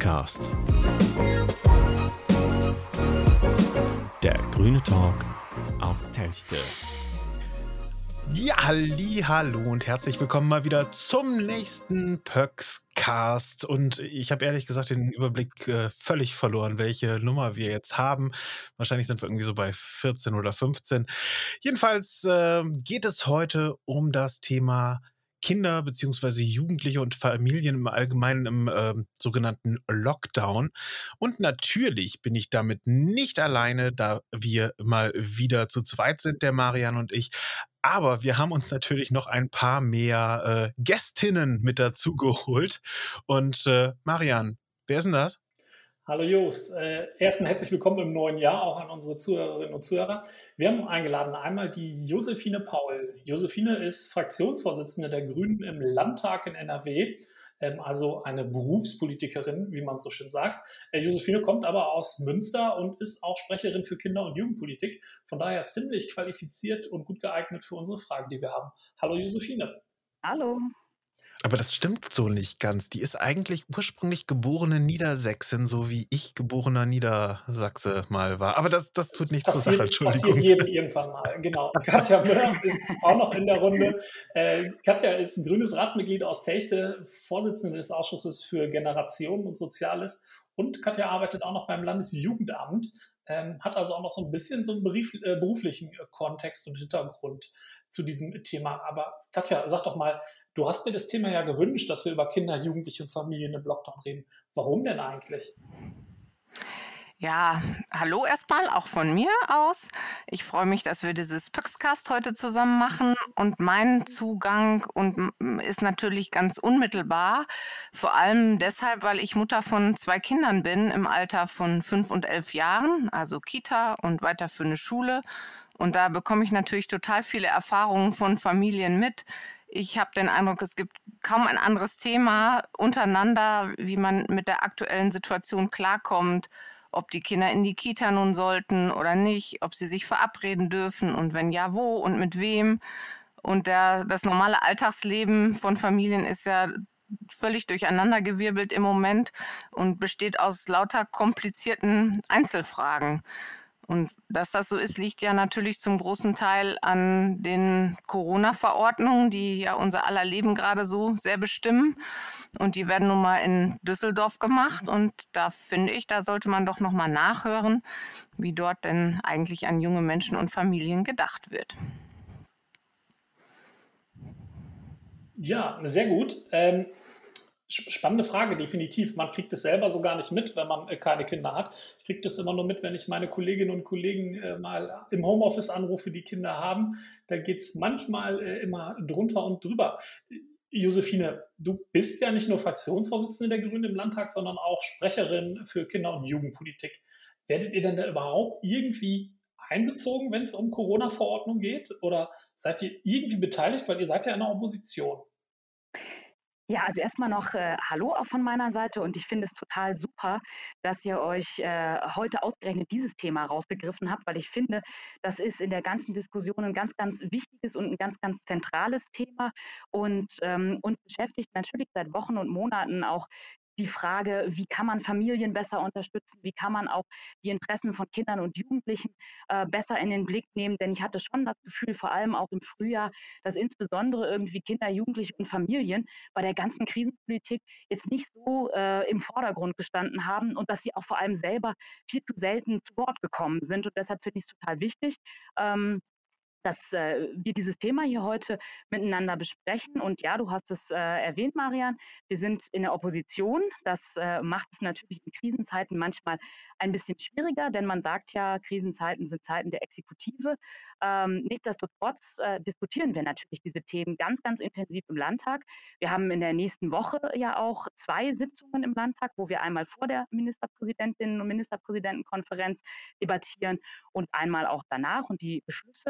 Pöxcast. Der grüne Talk aus Telchte. Ja, hallo und herzlich willkommen mal wieder zum nächsten Pöxcast. Und ich habe ehrlich gesagt den Überblick völlig verloren, welche Nummer wir jetzt haben. Wahrscheinlich sind wir irgendwie so bei 14 oder 15. Jedenfalls geht es heute um das Thema Kinder bzw. Jugendliche und Familien im Allgemeinen im sogenannten Lockdown. Und natürlich bin ich damit nicht alleine, da wir mal wieder zu zweit sind, der Marian und ich. Aber wir haben uns natürlich noch ein paar mehr Gästinnen mit dazu geholt. Und Marian, wer ist denn das? Hallo Joost, erstmal herzlich willkommen im neuen Jahr auch an unsere Zuhörerinnen und Zuhörer. Wir haben eingeladen einmal die Josephine Paul. Josephine ist Fraktionsvorsitzende der Grünen im Landtag in NRW, also eine Berufspolitikerin, wie man so schön sagt. Josephine kommt aber aus Münster und ist auch Sprecherin für Kinder- und Jugendpolitik, von daher ziemlich qualifiziert und gut geeignet für unsere Fragen, die wir haben. Hallo Josephine. Hallo. Aber das stimmt so nicht ganz. Die ist eigentlich ursprünglich geborene Niedersächsin, so wie ich geborener Niedersachse mal war. Aber das tut nichts zur Sache, Passiert Entschuldigung. jedem irgendwann mal, genau. Katja Möhr ist auch noch in der Runde. Katja ist ein grünes Ratsmitglied aus Telchte, Vorsitzende des Ausschusses für Generationen und Soziales. Und Katja arbeitet auch noch beim Landesjugendamt, hat also auch noch so ein bisschen so einen beruflichen Kontext und Hintergrund zu diesem Thema. Aber Katja, sag doch mal, du hast dir das Thema ja gewünscht, dass wir über Kinder, Jugendliche und Familien im Lockdown reden. Warum denn eigentlich? Ja, hallo erstmal, auch von mir aus. Ich freue mich, dass wir dieses Pöxcast heute zusammen machen. Und mein Zugang ist natürlich ganz unmittelbar. Vor allem deshalb, weil ich Mutter von 2 Kindern bin im Alter von 5 und 11 Jahren, also Kita und weiterführende Schule. Und da bekomme ich natürlich total viele Erfahrungen von Familien mit. Ich habe den Eindruck, es gibt kaum ein anderes Thema untereinander, wie man mit der aktuellen Situation klarkommt, ob die Kinder in die Kita nun sollten oder nicht, ob sie sich verabreden dürfen und wenn ja, wo und mit wem. Und das normale Alltagsleben von Familien ist ja völlig durcheinandergewirbelt im Moment und besteht aus lauter komplizierten Einzelfragen. Und dass das so ist, liegt ja natürlich zum großen Teil an den Corona-Verordnungen, die ja unser aller Leben gerade so sehr bestimmen. Und die werden nun mal in Düsseldorf gemacht. Und da finde ich, da sollte man doch noch mal nachhören, wie dort denn eigentlich an junge Menschen und Familien gedacht wird. Ja, sehr gut. Spannende Frage, definitiv. Man kriegt es selber so gar nicht mit, wenn man keine Kinder hat. Ich kriege das immer nur mit, wenn ich meine Kolleginnen und Kollegen mal im Homeoffice anrufe, die Kinder haben. Da geht es manchmal immer drunter und drüber. Josephine, du bist ja nicht nur Fraktionsvorsitzende der Grünen im Landtag, sondern auch Sprecherin für Kinder- und Jugendpolitik. Werdet ihr denn da überhaupt irgendwie einbezogen, wenn es um Corona-Verordnung geht? Oder seid ihr irgendwie beteiligt, weil ihr seid ja in der Opposition? Ja, also erstmal noch Hallo auch von meiner Seite und ich finde es total super, dass ihr euch heute ausgerechnet dieses Thema rausgegriffen habt, weil ich finde, das ist in der ganzen Diskussion ein ganz, ganz wichtiges und ein ganz, ganz zentrales Thema und uns beschäftigt natürlich seit Wochen und Monaten auch die Frage, wie kann man Familien besser unterstützen, wie kann man auch die Interessen von Kindern und Jugendlichen besser in den Blick nehmen, denn ich hatte schon das Gefühl, vor allem auch im Frühjahr, dass insbesondere irgendwie Kinder, Jugendliche und Familien bei der ganzen Krisenpolitik jetzt nicht so im Vordergrund gestanden haben und dass sie auch vor allem selber viel zu selten zu Wort gekommen sind. Und deshalb finde ich es total wichtig, dass wir dieses Thema hier heute miteinander besprechen. Und ja, du hast es erwähnt, Marian, wir sind in der Opposition. Das macht es natürlich in Krisenzeiten manchmal ein bisschen schwieriger, denn man sagt ja, Krisenzeiten sind Zeiten der Exekutive. Nichtsdestotrotz diskutieren wir natürlich diese Themen ganz, ganz intensiv im Landtag. Wir haben in der nächsten Woche ja auch 2 Sitzungen im Landtag, wo wir einmal vor der Ministerpräsidentinnen- und Ministerpräsidentenkonferenz debattieren und einmal auch danach und die Beschlüsse eben noch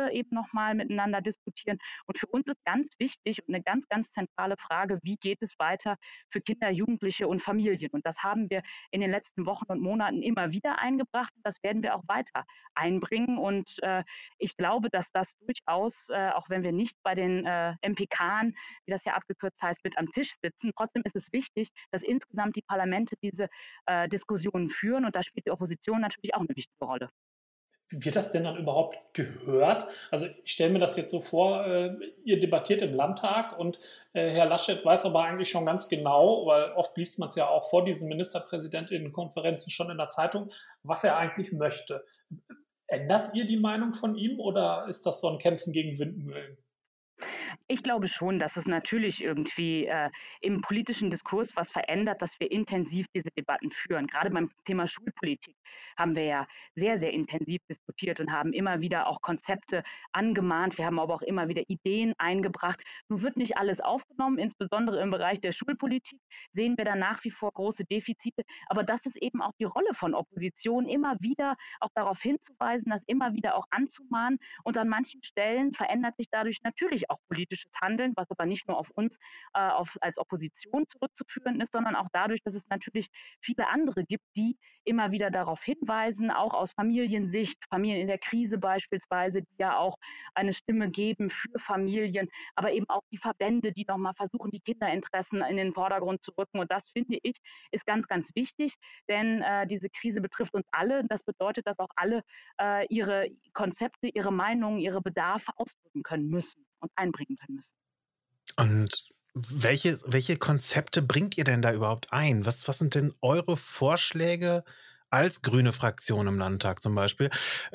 nochmal miteinander diskutieren. Und für uns ist ganz wichtig und eine ganz, ganz zentrale Frage, wie geht es weiter für Kinder, Jugendliche und Familien? Und das haben wir in den letzten Wochen und Monaten immer wieder eingebracht und das werden wir auch weiter einbringen. Und ich glaube, dass das durchaus, auch wenn wir nicht bei den MPK, wie das ja abgekürzt heißt, mit am Tisch sitzen, trotzdem ist es wichtig, dass insgesamt die Parlamente diese Diskussionen führen und da spielt die Opposition natürlich auch eine wichtige Rolle. Wird das denn dann überhaupt gehört? Also ich stelle mir das jetzt so vor, ihr debattiert im Landtag und Herr Laschet weiß aber eigentlich schon ganz genau, weil oft liest man es ja auch vor diesen Ministerpräsidentinnenkonferenzen schon in der Zeitung, was er eigentlich möchte. Ändert ihr die Meinung von ihm oder ist das so ein Kämpfen gegen Windmühlen? Ich glaube schon, dass es natürlich irgendwie im politischen Diskurs was verändert, dass wir intensiv diese Debatten führen. Gerade beim Thema Schulpolitik haben wir ja sehr, sehr intensiv diskutiert und haben immer wieder auch Konzepte angemahnt. Wir haben aber auch immer wieder Ideen eingebracht. Nun wird nicht alles aufgenommen, insbesondere im Bereich der Schulpolitik sehen wir da nach wie vor große Defizite. Aber das ist eben auch die Rolle von Opposition, immer wieder auch darauf hinzuweisen, das immer wieder auch anzumahnen. Und an manchen Stellen verändert sich dadurch natürlich auch politisches Handeln, was aber nicht nur auf uns als Opposition zurückzuführen ist, sondern auch dadurch, dass es natürlich viele andere gibt, die immer wieder darauf hinweisen, auch aus Familiensicht, Familien in der Krise beispielsweise, die ja auch eine Stimme geben für Familien, aber eben auch die Verbände, die nochmal versuchen, die Kinderinteressen in den Vordergrund zu rücken. Und das, finde ich, ist ganz, ganz wichtig, denn diese Krise betrifft uns alle. Das bedeutet, dass auch alle ihre Konzepte, ihre Meinungen, ihre Bedarfe ausdrücken können müssen und einbringen können müssen. Und welche Konzepte bringt ihr denn da überhaupt ein? Was sind denn eure Vorschläge als grüne Fraktion im Landtag zum Beispiel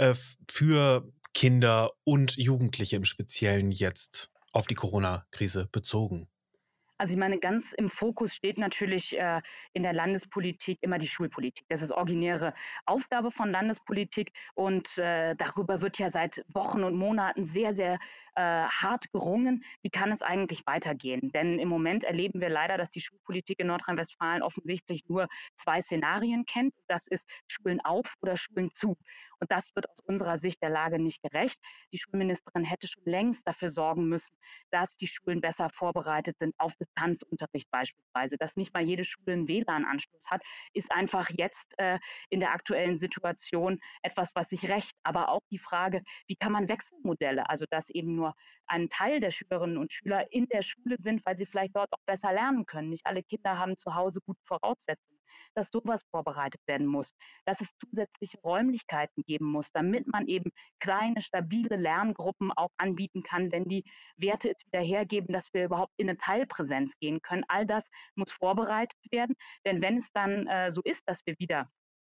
für Kinder und Jugendliche im Speziellen jetzt auf die Corona-Krise bezogen? Also ich meine, ganz im Fokus steht natürlich in der Landespolitik immer die Schulpolitik. Das ist originäre Aufgabe von Landespolitik und darüber wird ja seit Wochen und Monaten sehr, sehr hart gerungen. Wie kann es eigentlich weitergehen? Denn im Moment erleben wir leider, dass die Schulpolitik in Nordrhein-Westfalen offensichtlich nur zwei Szenarien kennt. Das ist Schulen auf oder Schulen zu. Und das wird aus unserer Sicht der Lage nicht gerecht. Die Schulministerin hätte schon längst dafür sorgen müssen, dass die Schulen besser vorbereitet sind auf Distanzunterricht beispielsweise. Dass nicht mal jede Schule einen WLAN-Anschluss hat, ist einfach jetzt in der aktuellen Situation etwas, was sich rächt. Aber auch die Frage, wie kann man Wechselmodelle, also dass eben nur ein Teil der Schülerinnen und Schüler in der Schule sind, weil sie vielleicht dort auch besser lernen können. Nicht alle Kinder haben zu Hause gute Voraussetzungen, dass sowas vorbereitet werden muss, dass es zusätzliche Räumlichkeiten geben muss, damit man eben kleine, stabile Lerngruppen auch anbieten kann, wenn die Werte es wieder hergeben, dass wir überhaupt in eine Teilpräsenz gehen können. All das muss vorbereitet werden, denn wenn es dann so ist, dass wir wieder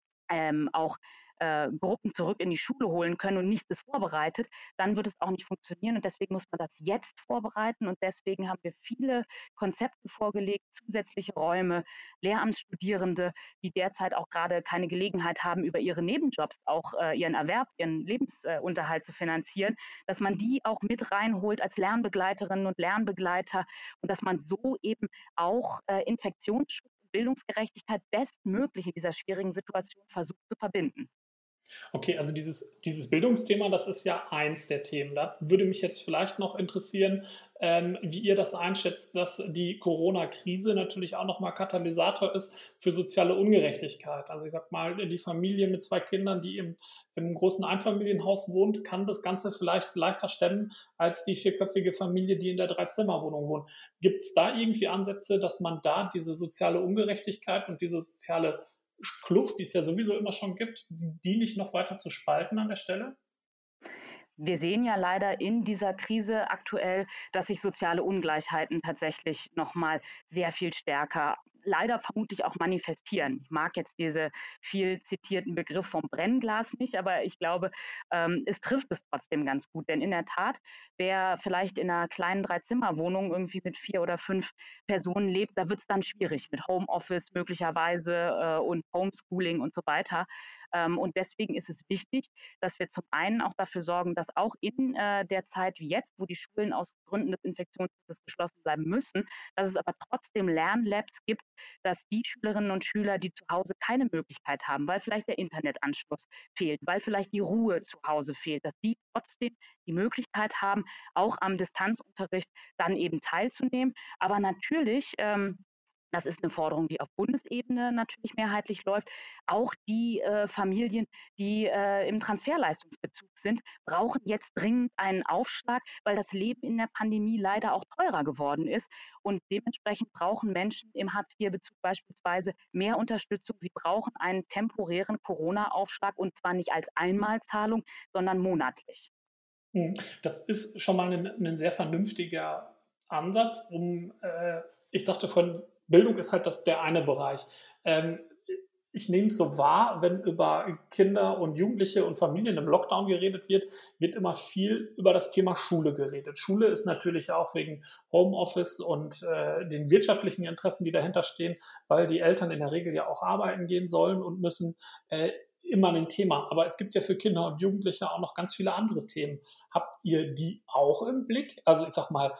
auch Gruppen zurück in die Schule holen können und nichts ist vorbereitet, dann wird es auch nicht funktionieren. Und deswegen muss man das jetzt vorbereiten. Und deswegen haben wir viele Konzepte vorgelegt, zusätzliche Räume, Lehramtsstudierende, die derzeit auch gerade keine Gelegenheit haben, über ihre Nebenjobs auch ihren Erwerb, ihren Lebensunterhalt zu finanzieren, dass man die auch mit reinholt als Lernbegleiterinnen und Lernbegleiter und dass man so eben auch Infektionsschutz und Bildungsgerechtigkeit bestmöglich in dieser schwierigen Situation versucht zu verbinden. Okay, also dieses Bildungsthema, das ist ja eins der Themen. Da würde mich jetzt vielleicht noch interessieren, wie ihr das einschätzt, dass die Corona-Krise natürlich auch nochmal Katalysator ist für soziale Ungerechtigkeit. Also ich sag mal, die Familie mit 2 Kindern, die im großen Einfamilienhaus wohnt, kann das Ganze vielleicht leichter stemmen als die 4-köpfige Familie, die in der 3-Zimmer-Wohnung wohnt. Gibt es da irgendwie Ansätze, dass man da diese soziale Ungerechtigkeit und diese soziale Kluft, die es ja sowieso immer schon gibt, die nicht noch weiter zu spalten an der Stelle? Wir sehen ja leider in dieser Krise aktuell, dass sich soziale Ungleichheiten tatsächlich noch mal sehr viel stärker leider vermutlich auch manifestieren. Ich mag jetzt diese viel zitierten Begriff vom Brennglas nicht, aber ich glaube, es trifft es trotzdem ganz gut. Denn in der Tat, wer vielleicht in einer kleinen 3-Zimmer-Wohnung irgendwie mit 4 oder 5 Personen lebt, da wird es dann schwierig mit Homeoffice möglicherweise und Homeschooling und so weiter. Und deswegen ist es wichtig, dass wir zum einen auch dafür sorgen, dass auch in der Zeit wie jetzt, wo die Schulen aus Gründen des Infektionsschutzes geschlossen bleiben müssen, dass es aber trotzdem Lernlabs gibt, dass die Schülerinnen und Schüler, die zu Hause keine Möglichkeit haben, weil vielleicht der Internetanschluss fehlt, weil vielleicht die Ruhe zu Hause fehlt, dass die trotzdem die Möglichkeit haben, auch am Distanzunterricht dann eben teilzunehmen. Aber natürlich, das ist eine Forderung, die auf Bundesebene natürlich mehrheitlich läuft. Auch die Familien, die im Transferleistungsbezug sind, brauchen jetzt dringend einen Aufschlag, weil das Leben in der Pandemie leider auch teurer geworden ist. Und dementsprechend brauchen Menschen im Hartz-IV-Bezug beispielsweise mehr Unterstützung. Sie brauchen einen temporären Corona-Aufschlag und zwar nicht als Einmalzahlung, sondern monatlich. Das ist schon mal ein sehr vernünftiger Ansatz, ich sagte vorhin, Bildung ist halt der eine Bereich. Ich nehme es so wahr, wenn über Kinder und Jugendliche und Familien im Lockdown geredet wird immer viel über das Thema Schule geredet. Schule ist natürlich auch wegen Homeoffice und den wirtschaftlichen Interessen, die dahinter stehen, weil die Eltern in der Regel ja auch arbeiten gehen sollen und müssen, immer ein Thema. Aber es gibt ja für Kinder und Jugendliche auch noch ganz viele andere Themen. Habt ihr die auch im Blick? Also ich sag mal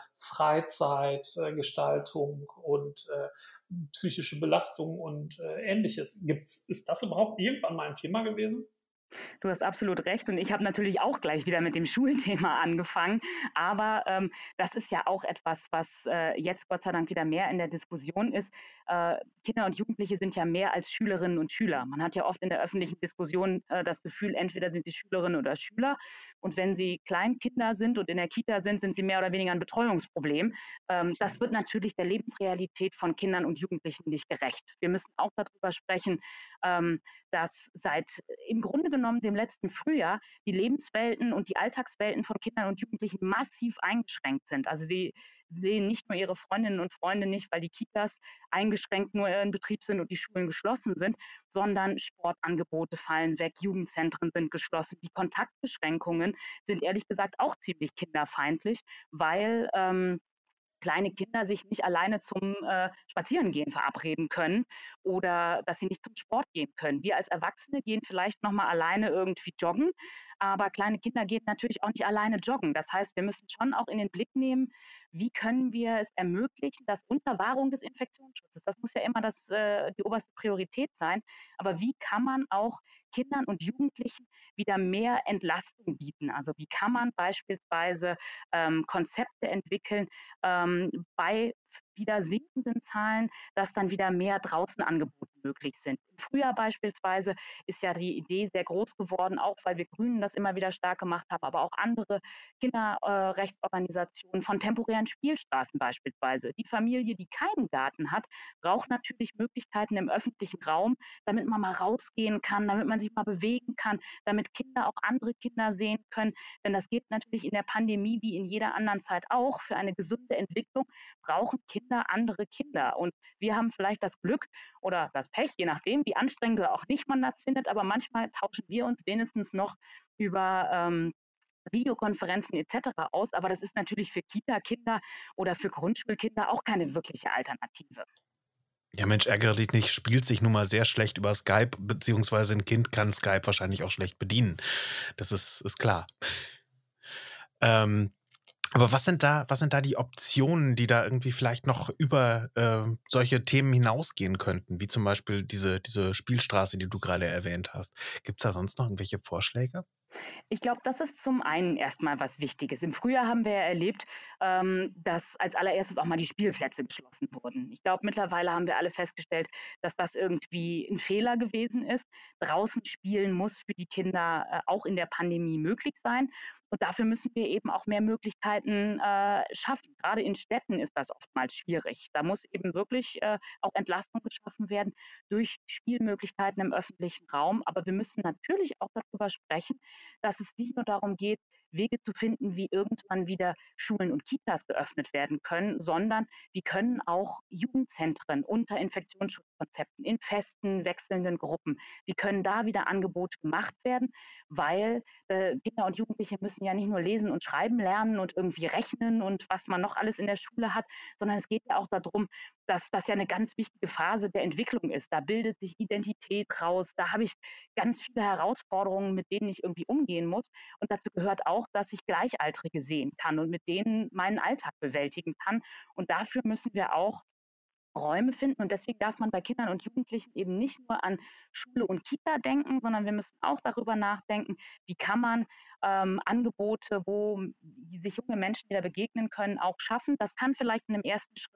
Freizeitgestaltung und psychische Belastung und Ähnliches. Ist das überhaupt irgendwann mal ein Thema gewesen? Du hast absolut recht und ich habe natürlich auch gleich wieder mit dem Schulthema angefangen, aber das ist ja auch etwas, was jetzt Gott sei Dank wieder mehr in der Diskussion ist. Kinder und Jugendliche sind ja mehr als Schülerinnen und Schüler. Man hat ja oft in der öffentlichen Diskussion das Gefühl, entweder sind sie Schülerinnen oder Schüler und wenn sie Kleinkinder sind und in der Kita sind sie mehr oder weniger ein Betreuungsproblem. Das wird natürlich der Lebensrealität von Kindern und Jugendlichen nicht gerecht. Wir müssen auch darüber sprechen, dass seit im Grunde genommen dem letzten Frühjahr die Lebenswelten und die Alltagswelten von Kindern und Jugendlichen massiv eingeschränkt sind. Also sie sehen nicht nur ihre Freundinnen und Freunde nicht, weil die Kitas eingeschränkt nur in Betrieb sind und die Schulen geschlossen sind, sondern Sportangebote fallen weg, Jugendzentren sind geschlossen. Die Kontaktbeschränkungen sind ehrlich gesagt auch ziemlich kinderfeindlich, weil kleine Kinder sich nicht alleine zum Spazierengehen verabreden können oder dass sie nicht zum Sport gehen können. Wir als Erwachsene gehen vielleicht nochmal alleine irgendwie joggen, aber kleine Kinder gehen natürlich auch nicht alleine joggen. Das heißt, wir müssen schon auch in den Blick nehmen, wie können wir es ermöglichen, dass unter Wahrung des Infektionsschutzes, das muss ja immer die oberste Priorität sein, aber wie kann man auch Kindern und Jugendlichen wieder mehr Entlastung bieten? Also wie kann man beispielsweise Konzepte entwickeln, bei wieder sinkenden Zahlen, dass dann wieder mehr draußen Angebote möglich sind. Im Frühjahr beispielsweise ist ja die Idee sehr groß geworden, auch weil wir Grünen das immer wieder stark gemacht haben, aber auch andere Kinderrechtsorganisationen von temporären Spielstraßen beispielsweise. Die Familie, die keinen Garten hat, braucht natürlich Möglichkeiten im öffentlichen Raum, damit man mal rausgehen kann, damit man sich mal bewegen kann, damit Kinder auch andere Kinder sehen können. Denn das geht natürlich in der Pandemie wie in jeder anderen Zeit auch. Für eine gesunde Entwicklung brauchen Kinder andere Kinder. Und wir haben vielleicht das Glück oder das Pech, je nachdem, wie anstrengend oder auch nicht man das findet, aber manchmal tauschen wir uns wenigstens noch über Videokonferenzen etc. aus. Aber das ist natürlich für Kita-Kinder oder für Grundschulkinder auch keine wirkliche Alternative. Ja, Mensch, ärgere dich nicht, spielt sich nun mal sehr schlecht über Skype, beziehungsweise ein Kind kann Skype wahrscheinlich auch schlecht bedienen. Das ist klar. Ähm, aber was sind da die Optionen, die da irgendwie vielleicht noch über solche Themen hinausgehen könnten, wie zum Beispiel diese Spielstraße, die du gerade erwähnt hast? Gibt es da sonst noch irgendwelche Vorschläge? Ich glaube, das ist zum einen erstmal was Wichtiges. Im Frühjahr haben wir ja erlebt, dass als allererstes auch mal die Spielplätze geschlossen wurden. Ich glaube, mittlerweile haben wir alle festgestellt, dass das irgendwie ein Fehler gewesen ist. Draußen spielen muss für die Kinder auch in der Pandemie möglich sein. Und dafür müssen wir eben auch mehr Möglichkeiten schaffen. Gerade in Städten ist das oftmals schwierig. Da muss eben wirklich auch Entlastung geschaffen werden durch Spielmöglichkeiten im öffentlichen Raum. Aber wir müssen natürlich auch darüber sprechen, dass es nicht nur darum geht, Wege zu finden, wie irgendwann wieder Schulen und Kitas geöffnet werden können, sondern wie können auch Jugendzentren unter Infektionsschutzkonzepten in festen, wechselnden Gruppen, wie können da wieder Angebote gemacht werden, weil Kinder und Jugendliche müssen müssen ja nicht nur lesen und schreiben lernen und irgendwie rechnen und was man noch alles in der Schule hat, sondern es geht ja auch darum, dass das ja eine ganz wichtige Phase der Entwicklung ist. Da bildet sich Identität raus, da habe ich ganz viele Herausforderungen, mit denen ich irgendwie umgehen muss. Und dazu gehört auch, dass ich Gleichaltrige sehen kann und mit denen meinen Alltag bewältigen kann. Und dafür müssen wir auch Räume finden. Und deswegen darf man bei Kindern und Jugendlichen eben nicht nur an Schule und Kita denken, sondern wir müssen auch darüber nachdenken, wie kann man Angebote, wo sich junge Menschen wieder begegnen können, auch schaffen. Das kann vielleicht in einem ersten Schritt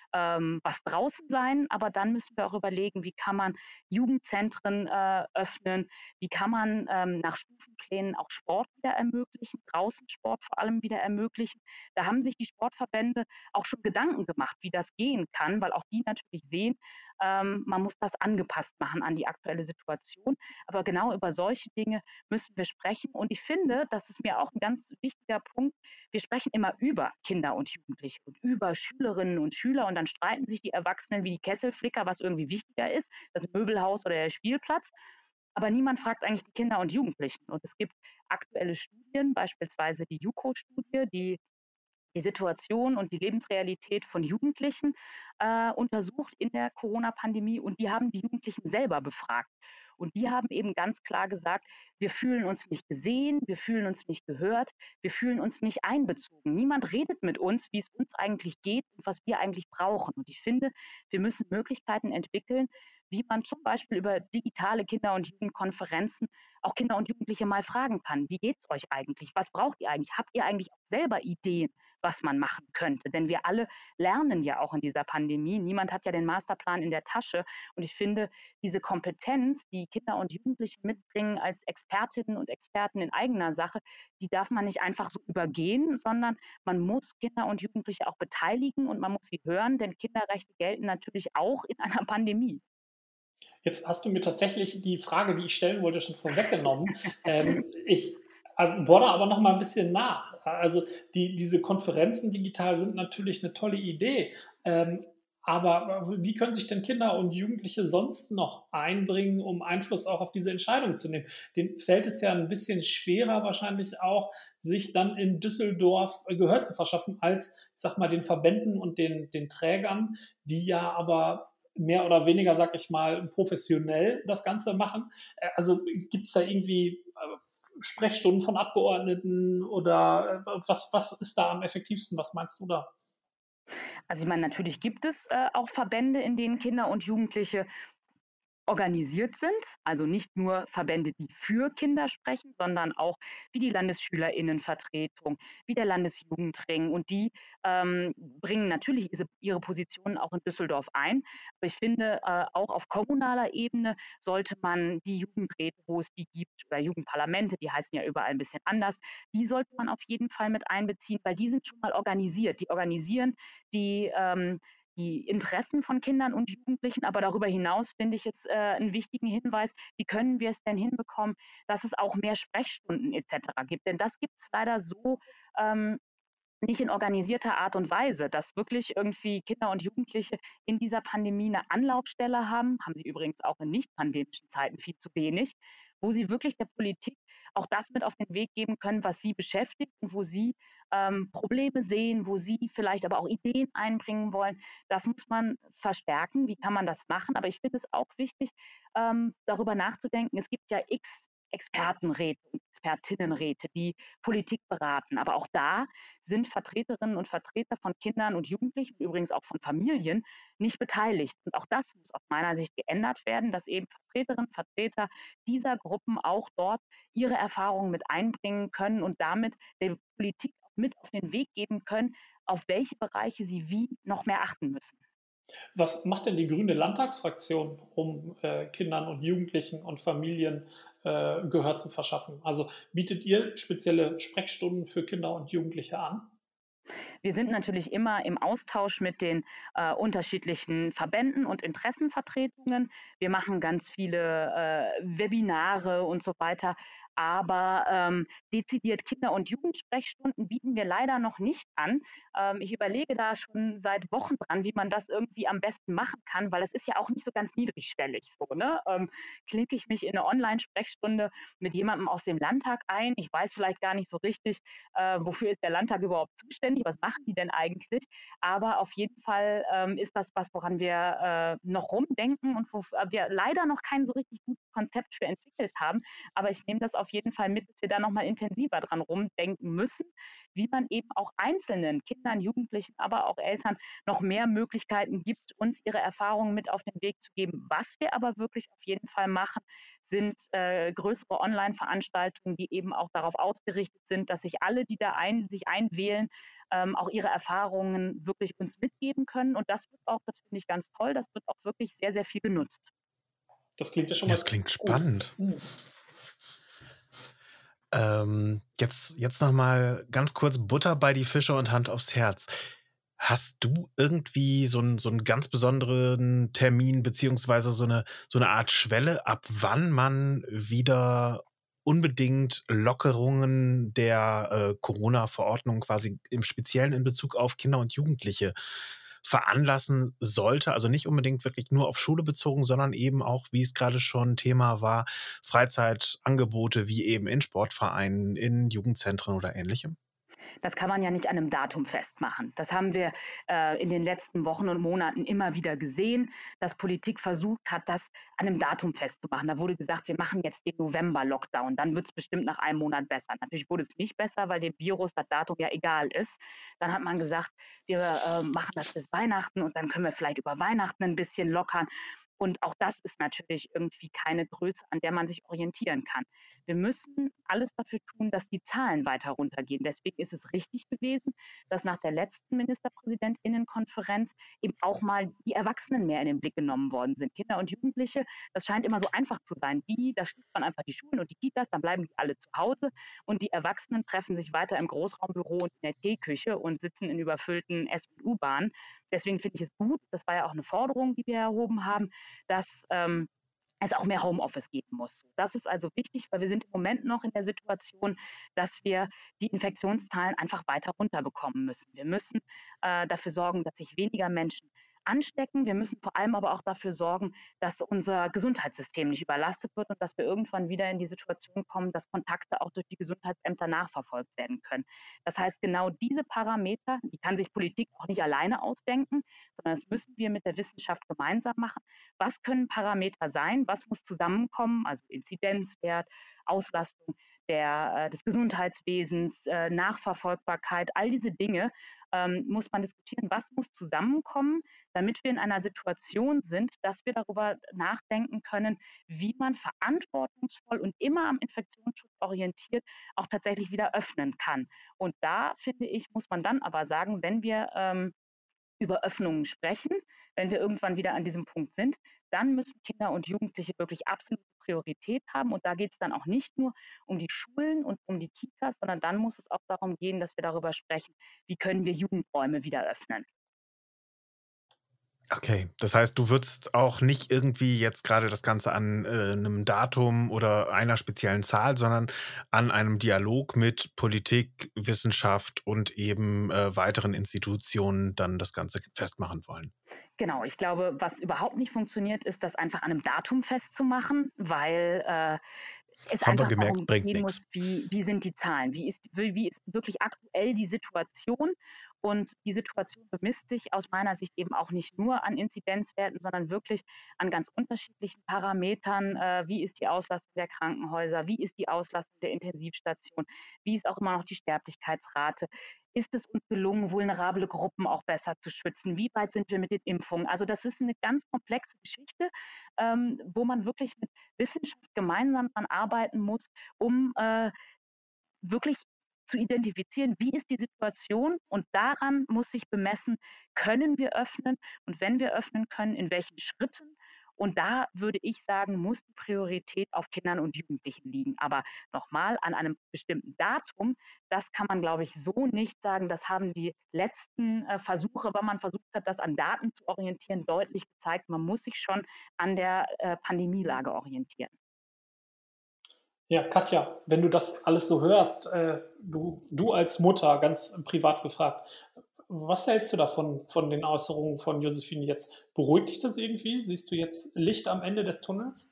was draußen sein, aber dann müssen wir auch überlegen, wie kann man Jugendzentren öffnen, wie kann man nach Stufenplänen auch Sport wieder ermöglichen, draußen Sport vor allem wieder ermöglichen. Da haben sich die Sportverbände auch schon Gedanken gemacht, wie das gehen kann, weil auch die natürlich sehen, man muss das angepasst machen an die aktuelle Situation. Aber genau über solche Dinge müssen wir sprechen. Und ich finde, das ist mir auch ein ganz wichtiger Punkt, wir sprechen immer über Kinder und Jugendliche und über Schülerinnen und Schüler und dann streiten sich die Erwachsenen wie die Kesselflicker, was irgendwie wichtiger ist, das Möbelhaus oder der Spielplatz. Aber niemand fragt eigentlich die Kinder und Jugendlichen. Und es gibt aktuelle Studien, beispielsweise die JUKO-Studie, die die Situation und die Lebensrealität von Jugendlichen untersucht in der Corona-Pandemie und die haben die Jugendlichen selber befragt. Und die haben eben ganz klar gesagt, wir fühlen uns nicht gesehen, wir fühlen uns nicht gehört, wir fühlen uns nicht einbezogen. Niemand redet mit uns, wie es uns eigentlich geht und was wir eigentlich brauchen. Und ich finde, wir müssen Möglichkeiten entwickeln, wie man zum Beispiel über digitale Kinder- und Jugendkonferenzen auch Kinder und Jugendliche mal fragen kann, wie geht es euch eigentlich? Was braucht ihr eigentlich? Habt ihr eigentlich auch selber Ideen, was man machen könnte? Denn wir alle lernen ja auch in dieser Pandemie. Niemand hat ja den Masterplan in der Tasche. Und ich finde, diese Kompetenz, die Kinder und Jugendliche mitbringen als Expertinnen und Experten in eigener Sache, die darf man nicht einfach so übergehen, sondern man muss Kinder und Jugendliche auch beteiligen und man muss sie hören, denn Kinderrechte gelten natürlich auch in einer Pandemie. Jetzt hast du mir tatsächlich die Frage, die ich stellen wollte, schon vorweggenommen. Ich bohre aber noch mal ein bisschen nach. Also diese Konferenzen digital sind natürlich eine tolle Idee. Aber wie können sich denn Kinder und Jugendliche sonst noch einbringen, um Einfluss auch auf diese Entscheidung zu nehmen? Denen fällt es ja ein bisschen schwerer wahrscheinlich auch, sich dann in Düsseldorf Gehör zu verschaffen, als, ich sag mal, den Verbänden und den Trägern, die ja aber mehr oder weniger, sag ich mal, professionell das Ganze machen. Also gibt es da irgendwie Sprechstunden von Abgeordneten oder was ist da am effektivsten? Was meinst du da? Also ich meine, natürlich gibt es auch Verbände, in denen Kinder und Jugendliche organisiert sind, also nicht nur Verbände, die für Kinder sprechen, sondern auch wie die Landesschülerinnenvertretung, wie der Landesjugendring und die bringen natürlich ihre Positionen auch in Düsseldorf ein. Aber ich finde, auch auf kommunaler Ebene sollte man die Jugendräte, wo es die gibt, oder Jugendparlamente, die heißen ja überall ein bisschen anders, die sollte man auf jeden Fall mit einbeziehen, weil die sind schon mal organisiert. Die organisieren die die Interessen von Kindern und Jugendlichen. Aber darüber hinaus finde ich es einen wichtigen Hinweis, wie können wir es denn hinbekommen, dass es auch mehr Sprechstunden etc. gibt. Denn das gibt es leider so ähm, nicht in organisierter Art und Weise, dass wirklich irgendwie Kinder und Jugendliche in dieser Pandemie eine Anlaufstelle haben sie übrigens auch in nicht pandemischen Zeiten viel zu wenig, wo sie wirklich der Politik auch das mit auf den Weg geben können, was sie beschäftigt und wo sie Probleme sehen, wo sie vielleicht aber auch Ideen einbringen wollen. Das muss man verstärken. Wie kann man das machen? Aber ich finde es auch wichtig, darüber nachzudenken. Es gibt ja x Expertenräte und Expertinnenräte, die Politik beraten. Aber auch da sind Vertreterinnen und Vertreter von Kindern und Jugendlichen, übrigens auch von Familien, nicht beteiligt. Und auch das muss aus meiner Sicht geändert werden, dass eben Vertreterinnen und Vertreter dieser Gruppen auch dort ihre Erfahrungen mit einbringen können und damit der Politik auch mit auf den Weg geben können, auf welche Bereiche sie wie noch mehr achten müssen. Was macht denn die grüne Landtagsfraktion, um Kindern und Jugendlichen und Familien Gehör zu verschaffen? Also bietet ihr spezielle Sprechstunden für Kinder und Jugendliche an? Wir sind natürlich immer im Austausch mit den unterschiedlichen Verbänden und Interessenvertretungen. Wir machen ganz viele Webinare und so weiter. Aber dezidiert Kinder- und Jugendsprechstunden bieten wir leider noch nicht an. Ich überlege da schon seit Wochen dran, wie man das irgendwie am besten machen kann, weil es ist ja auch nicht so ganz niedrigschwellig so, ne? Klinke ich mich in eine Online-Sprechstunde mit jemandem aus dem Landtag ein? Ich weiß vielleicht gar nicht so richtig, wofür ist der Landtag überhaupt zuständig? Was machen die denn eigentlich? Aber auf jeden Fall ist das was, woran wir noch rumdenken und wo wir leider noch kein so richtig gutes Konzept für entwickelt haben. Aber ich nehme das auf jeden Fall mit, dass wir da nochmal intensiver dran rumdenken müssen, wie man eben auch einzelnen Kindern, Jugendlichen, aber auch Eltern noch mehr Möglichkeiten gibt, uns ihre Erfahrungen mit auf den Weg zu geben. Was wir aber wirklich auf jeden Fall machen, sind größere Online-Veranstaltungen, die eben auch darauf ausgerichtet sind, dass sich alle, die sich einwählen, auch ihre Erfahrungen wirklich uns mitgeben können. Und das wird auch, das finde ich ganz toll, das wird auch wirklich sehr, sehr viel genutzt. Das klingt ja schon Das mal klingt gut. spannend. Jetzt noch mal ganz kurz Butter bei die Fische und Hand aufs Herz. Hast du irgendwie so 'n ganz besonderen Termin beziehungsweise so 'ne Art Schwelle, ab wann man wieder unbedingt Lockerungen der, Corona-Verordnung quasi im Speziellen in Bezug auf Kinder und Jugendliche veranlassen sollte? Also, nicht unbedingt wirklich nur auf Schule bezogen, sondern eben auch, wie es grade schon Thema war, Freizeitangebote wie eben in Sportvereinen, in Jugendzentren oder Ähnlichem? Das kann man ja nicht an einem Datum festmachen. Das haben wir in den letzten Wochen und Monaten immer wieder gesehen, dass Politik versucht hat, das an einem Datum festzumachen. Da wurde gesagt, wir machen jetzt den November-Lockdown, dann wird es bestimmt nach einem Monat besser. Natürlich wurde es nicht besser, weil dem Virus das Datum ja egal ist. Dann hat man gesagt, wir machen das bis Weihnachten und dann können wir vielleicht über Weihnachten ein bisschen lockern. Und auch das ist natürlich irgendwie keine Größe, an der man sich orientieren kann. Wir müssen alles dafür tun, dass die Zahlen weiter runtergehen. Deswegen ist es richtig gewesen, dass nach der letzten Ministerpräsidentinnenkonferenz eben auch mal die Erwachsenen mehr in den Blick genommen worden sind. Kinder und Jugendliche, das scheint immer so einfach zu sein. Da schließt man einfach die Schulen und die Kitas, dann bleiben die alle zu Hause und die Erwachsenen treffen sich weiter im Großraumbüro und in der Teeküche und sitzen in überfüllten S- und U-Bahnen. Deswegen finde ich es gut, das war ja auch eine Forderung, die wir erhoben haben, dass es auch mehr Homeoffice geben muss. Das ist also wichtig, weil wir sind im Moment noch in der Situation, dass wir die Infektionszahlen einfach weiter runterbekommen müssen. Wir müssen dafür sorgen, dass sich weniger Menschen anstecken. Wir müssen vor allem aber auch dafür sorgen, dass unser Gesundheitssystem nicht überlastet wird und dass wir irgendwann wieder in die Situation kommen, dass Kontakte auch durch die Gesundheitsämter nachverfolgt werden können. Das heißt, genau diese Parameter, die kann sich Politik auch nicht alleine ausdenken, sondern das müssen wir mit der Wissenschaft gemeinsam machen. Was können Parameter sein? Was muss zusammenkommen? Also Inzidenzwert, Auslastung des Gesundheitswesens, Nachverfolgbarkeit, all diese Dinge muss man diskutieren. Was muss zusammenkommen, damit wir in einer Situation sind, dass wir darüber nachdenken können, wie man verantwortungsvoll und immer am Infektionsschutz orientiert auch tatsächlich wieder öffnen kann. Und da, finde ich, muss man dann aber sagen, wenn wir über Öffnungen sprechen, wenn wir irgendwann wieder an diesem Punkt sind, dann müssen Kinder und Jugendliche wirklich absolute Priorität haben. Und da geht es dann auch nicht nur um die Schulen und um die Kitas, sondern dann muss es auch darum gehen, dass wir darüber sprechen, wie können wir Jugendräume wieder öffnen. Okay, das heißt, du würdest auch nicht irgendwie jetzt gerade das Ganze an, 'nem Datum oder einer speziellen Zahl, sondern an einem Dialog mit Politik, Wissenschaft und eben, weiteren Institutionen dann das Ganze festmachen wollen. Genau, ich glaube, was überhaupt nicht funktioniert, ist, das einfach an einem Datum festzumachen, weil es Haben wir einfach gemerkt, darum bringt gehen muss, nix. wie sind die Zahlen? Wie ist wirklich aktuell die Situation? Und die Situation bemisst sich aus meiner Sicht eben auch nicht nur an Inzidenzwerten, sondern wirklich an ganz unterschiedlichen Parametern. Wie ist die Auslastung der Krankenhäuser? Wie ist die Auslastung der Intensivstation? Wie ist auch immer noch die Sterblichkeitsrate? Ist es uns gelungen, vulnerable Gruppen auch besser zu schützen? Wie weit sind wir mit den Impfungen? Also das ist eine ganz komplexe Geschichte, wo man wirklich mit Wissenschaft gemeinsam daran arbeiten muss, um wirklich zu identifizieren, wie ist die Situation und daran muss sich bemessen, können wir öffnen und wenn wir öffnen können, in welchen Schritten. Und da würde ich sagen, muss die Priorität auf Kindern und Jugendlichen liegen. Aber nochmal, an einem bestimmten Datum, das kann man, glaube ich, so nicht sagen. Das haben die letzten Versuche, wenn man versucht hat, das an Daten zu orientieren, deutlich gezeigt. Man muss sich schon an der Pandemielage orientieren. Ja, Katja, wenn du das alles so hörst, du als Mutter, ganz privat gefragt, was hältst du davon von den Äußerungen von Josephine jetzt? Beruhigt dich das irgendwie? Siehst du jetzt Licht am Ende des Tunnels?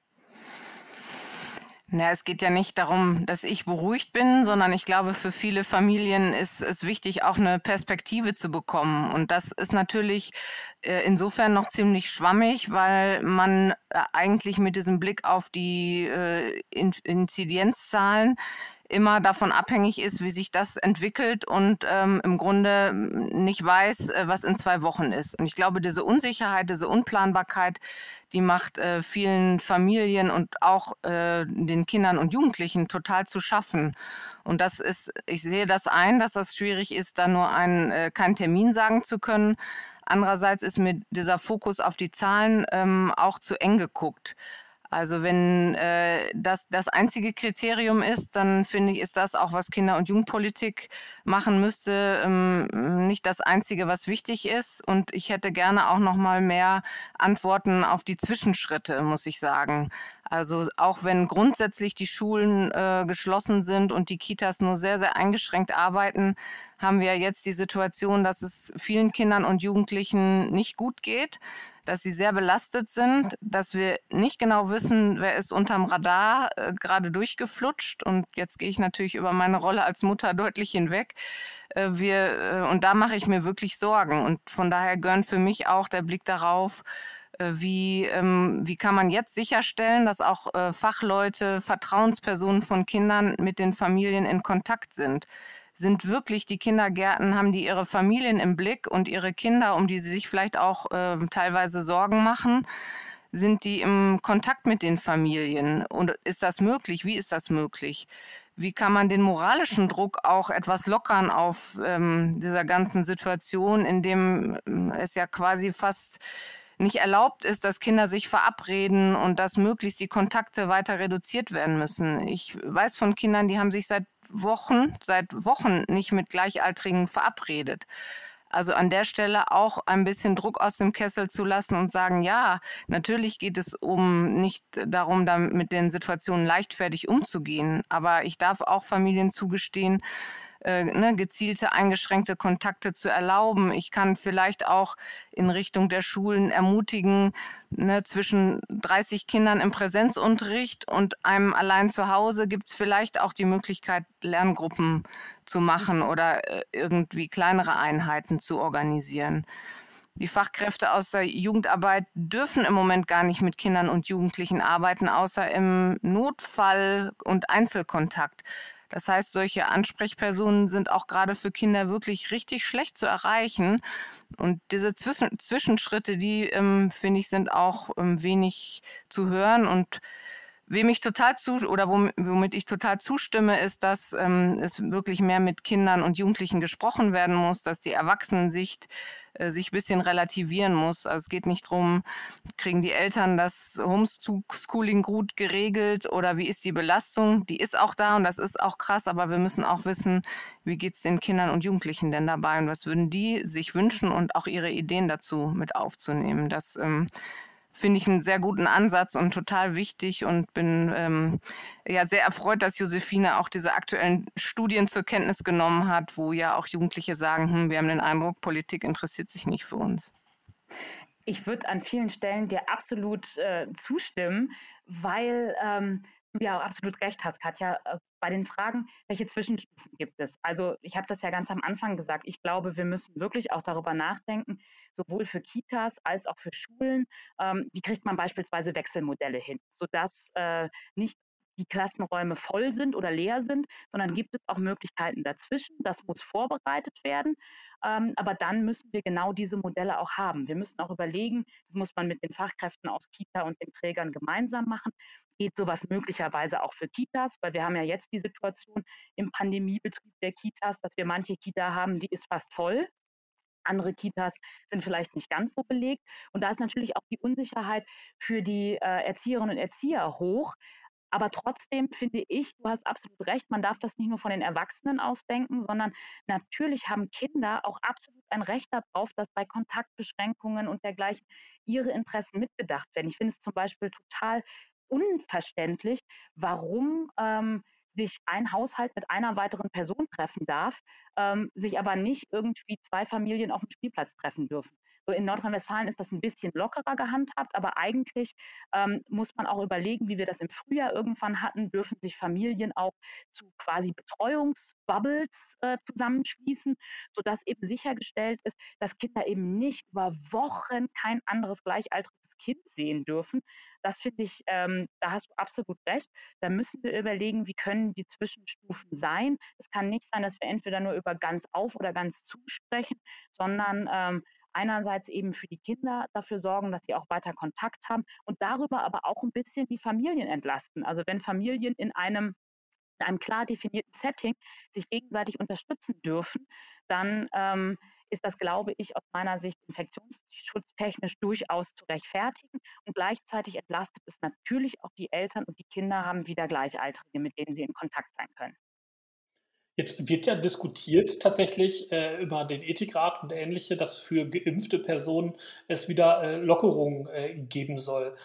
Na, es geht ja nicht darum, dass ich beruhigt bin, sondern ich glaube, für viele Familien ist es wichtig, auch eine Perspektive zu bekommen. Und das ist natürlich insofern noch ziemlich schwammig, weil man eigentlich mit diesem Blick auf die Inzidenzzahlen immer davon abhängig ist, wie sich das entwickelt und im Grunde nicht weiß, was in 2 Wochen ist. Und ich glaube, diese Unsicherheit, diese Unplanbarkeit, die macht vielen Familien und auch den Kindern und Jugendlichen total zu schaffen. Und das ist, ich sehe das ein, dass das schwierig ist, da nur keinen Termin sagen zu können. Andererseits ist mir dieser Fokus auf die Zahlen auch zu eng geguckt. Also wenn das einzige Kriterium ist, dann finde ich, ist das auch, was Kinder- und Jugendpolitik machen müsste, nicht das Einzige, was wichtig ist. Und ich hätte gerne auch noch mal mehr Antworten auf die Zwischenschritte, muss ich sagen. Also auch wenn grundsätzlich die Schulen geschlossen sind und die Kitas nur sehr, sehr eingeschränkt arbeiten, haben wir jetzt die Situation, dass es vielen Kindern und Jugendlichen nicht gut geht, dass sie sehr belastet sind, dass wir nicht genau wissen, wer ist unterm Radar gerade durchgeflutscht. Und jetzt gehe ich natürlich über meine Rolle als Mutter deutlich hinweg. Und da mache ich mir wirklich Sorgen. Und von daher gehören für mich auch der Blick darauf, wie kann man jetzt sicherstellen, dass auch Fachleute, Vertrauenspersonen von Kindern mit den Familien in Kontakt sind. Sind wirklich die Kindergärten, haben die ihre Familien im Blick und ihre Kinder, um die sie sich vielleicht auch teilweise Sorgen machen? Sind die im Kontakt mit den Familien? Und ist das möglich? Wie ist das möglich? Wie kann man den moralischen Druck auch etwas lockern auf dieser ganzen Situation, in dem es ja quasi fast nicht erlaubt ist, dass Kinder sich verabreden und dass möglichst die Kontakte weiter reduziert werden müssen. Ich weiß von Kindern, die haben sich seit Wochen nicht mit Gleichaltrigen verabredet. Also an der Stelle auch ein bisschen Druck aus dem Kessel zu lassen und sagen, ja, natürlich geht es nicht darum, mit den Situationen leichtfertig umzugehen, aber ich darf auch Familien zugestehen, gezielte, eingeschränkte Kontakte zu erlauben. Ich kann vielleicht auch in Richtung der Schulen ermutigen, zwischen 30 Kindern im Präsenzunterricht und einem allein zu Hause gibt es vielleicht auch die Möglichkeit, Lerngruppen zu machen oder irgendwie kleinere Einheiten zu organisieren. Die Fachkräfte aus der Jugendarbeit dürfen im Moment gar nicht mit Kindern und Jugendlichen arbeiten, außer im Notfall und Einzelkontakt. Das heißt, solche Ansprechpersonen sind auch gerade für Kinder wirklich richtig schlecht zu erreichen. Und diese Zwischenschritte, die, finde ich, sind auch wenig zu hören. Und womit ich total zustimme, ist, dass es wirklich mehr mit Kindern und Jugendlichen gesprochen werden muss, dass die Erwachsenensicht sich ein bisschen relativieren muss. Also es geht nicht darum, kriegen die Eltern das Homeschooling gut geregelt oder wie ist die Belastung? Die ist auch da und das ist auch krass, aber wir müssen auch wissen, wie geht es den Kindern und Jugendlichen denn dabei und was würden die sich wünschen und auch ihre Ideen dazu mit aufzunehmen. Das finde ich einen sehr guten Ansatz und total wichtig und bin ja sehr erfreut, dass Josephine auch diese aktuellen Studien zur Kenntnis genommen hat, wo ja auch Jugendliche sagen, wir haben den Eindruck, Politik interessiert sich nicht für uns. Ich würde an vielen Stellen dir absolut zustimmen, weil du ja auch absolut recht hast, Katja, bei den Fragen, welche Zwischenstufen gibt es? Also ich habe das ja ganz am Anfang gesagt. Ich glaube, wir müssen wirklich auch darüber nachdenken, sowohl für Kitas als auch für Schulen, wie kriegt man beispielsweise Wechselmodelle hin, sodass nicht die Klassenräume voll sind oder leer sind, sondern gibt es auch Möglichkeiten dazwischen. Das muss vorbereitet werden. Aber dann müssen wir genau diese Modelle auch haben. Wir müssen auch überlegen, das muss man mit den Fachkräften aus Kita und den Trägern gemeinsam machen. Geht sowas möglicherweise auch für Kitas? Weil wir haben ja jetzt die Situation im Pandemiebetrieb der Kitas, dass wir manche Kita haben, die ist fast voll. Andere Kitas sind vielleicht nicht ganz so belegt. Und da ist natürlich auch die Unsicherheit für die Erzieherinnen und Erzieher hoch. Aber trotzdem finde ich, du hast absolut recht, man darf das nicht nur von den Erwachsenen ausdenken, sondern natürlich haben Kinder auch absolut ein Recht darauf, dass bei Kontaktbeschränkungen und dergleichen ihre Interessen mitbedacht werden. Ich finde es zum Beispiel total unverständlich, warum sich ein Haushalt mit einer weiteren Person treffen darf, sich aber nicht irgendwie 2 Familien auf dem Spielplatz treffen dürfen. So in Nordrhein-Westfalen ist das ein bisschen lockerer gehandhabt, aber eigentlich muss man auch überlegen, wie wir das im Frühjahr irgendwann hatten, dürfen sich Familien auch zu quasi Betreuungsbubbles zusammenschließen, sodass eben sichergestellt ist, dass Kinder eben nicht über Wochen kein anderes gleichaltriges Kind sehen dürfen. Das finde ich, da hast du absolut recht. Da müssen wir überlegen, wie können die Zwischenstufen sein. Es kann nicht sein, dass wir entweder nur über ganz auf oder ganz zu sprechen, sondern einerseits eben für die Kinder dafür sorgen, dass sie auch weiter Kontakt haben und darüber aber auch ein bisschen die Familien entlasten. Also wenn Familien in einem klar definierten Setting sich gegenseitig unterstützen dürfen, dann ist das, glaube ich, aus meiner Sicht infektionsschutztechnisch durchaus zu rechtfertigen. Und gleichzeitig entlastet es natürlich auch die Eltern und die Kinder haben wieder Gleichaltrige, mit denen sie in Kontakt sein können. Jetzt wird ja diskutiert tatsächlich über den Ethikrat und Ähnliche, dass für geimpfte Personen es wieder Lockerungen geben soll.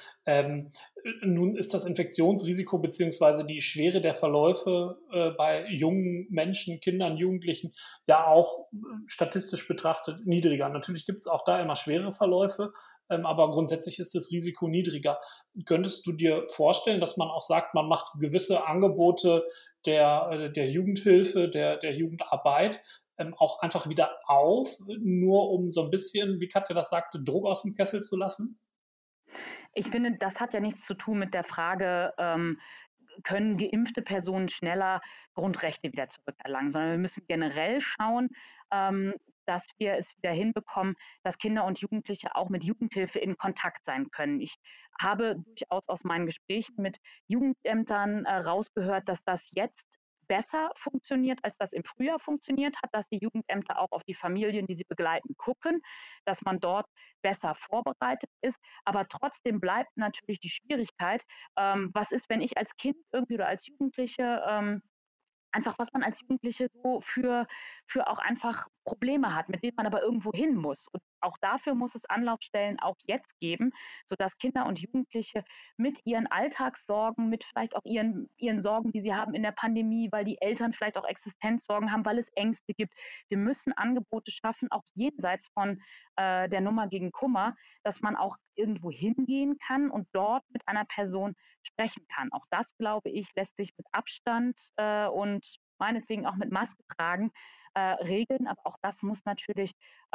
Nun ist das Infektionsrisiko beziehungsweise die Schwere der Verläufe bei jungen Menschen, Kindern, Jugendlichen ja auch statistisch betrachtet niedriger. Natürlich gibt es auch da immer schwere Verläufe, aber grundsätzlich ist das Risiko niedriger. Könntest du dir vorstellen, dass man auch sagt, man macht gewisse Angebote der Jugendhilfe, der Jugendarbeit auch einfach wieder auf, nur um so ein bisschen, wie Katja das sagte, Druck aus dem Kessel zu lassen? Ich finde, das hat ja nichts zu tun mit der Frage, können geimpfte Personen schneller Grundrechte wieder zurückerlangen, sondern wir müssen generell schauen, dass wir es wieder hinbekommen, dass Kinder und Jugendliche auch mit Jugendhilfe in Kontakt sein können. Ich habe durchaus aus meinen Gesprächen mit Jugendämtern rausgehört, dass das jetzt besser funktioniert, als das im Frühjahr funktioniert hat, dass die Jugendämter auch auf die Familien, die sie begleiten, gucken, dass man dort besser vorbereitet ist. Aber trotzdem bleibt natürlich die Schwierigkeit, was ist, wenn ich als Kind irgendwie oder als Jugendliche einfach, was man als Jugendliche so für auch einfach Probleme hat, mit denen man aber irgendwo hin muss. Und auch dafür muss es Anlaufstellen auch jetzt geben, sodass Kinder und Jugendliche mit ihren Alltagssorgen, mit vielleicht auch ihren Sorgen, die sie haben in der Pandemie, weil die Eltern vielleicht auch Existenzsorgen haben, weil es Ängste gibt. Wir müssen Angebote schaffen, auch jenseits von der Nummer gegen Kummer, dass man auch irgendwo hingehen kann und dort mit einer Person sprechen kann. Auch das, glaube ich, lässt sich mit Abstand und meinetwegen auch mit Maske tragen regeln. Aber auch das muss natürlich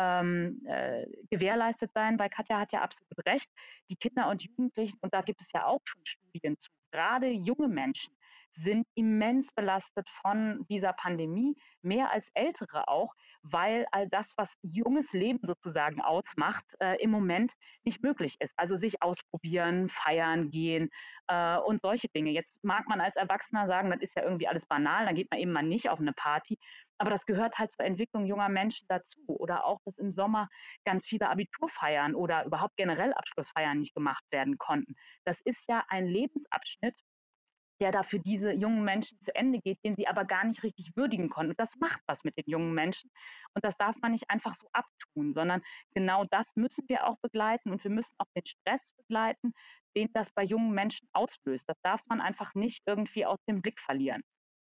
gewährleistet sein, weil Katja hat ja absolut recht. Die Kinder und Jugendlichen, und da gibt es ja auch schon Studien zu, gerade junge Menschen sind immens belastet von dieser Pandemie, mehr als Ältere auch, weil all das, was junges Leben sozusagen ausmacht, im Moment nicht möglich ist. Also sich ausprobieren, feiern gehen und solche Dinge. Jetzt mag man als Erwachsener sagen, das ist ja irgendwie alles banal, dann geht man eben mal nicht auf eine Party. Aber das gehört halt zur Entwicklung junger Menschen dazu. Oder auch, dass im Sommer ganz viele Abiturfeiern oder überhaupt generell Abschlussfeiern nicht gemacht werden konnten. Das ist ja ein Lebensabschnitt, der da für diese jungen Menschen zu Ende geht, den sie aber gar nicht richtig würdigen konnten. Und das macht was mit den jungen Menschen. Und das darf man nicht einfach so abtun, sondern genau das müssen wir auch begleiten. Und wir müssen auch den Stress begleiten, den das bei jungen Menschen auslöst. Das darf man einfach nicht irgendwie aus dem Blick verlieren.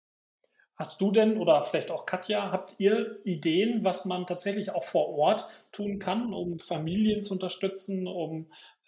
Hast du denn oder vielleicht auch Katja, habt ihr Ideen, was man tatsächlich auch vor Ort tun kann, um Familien zu unterstützen, um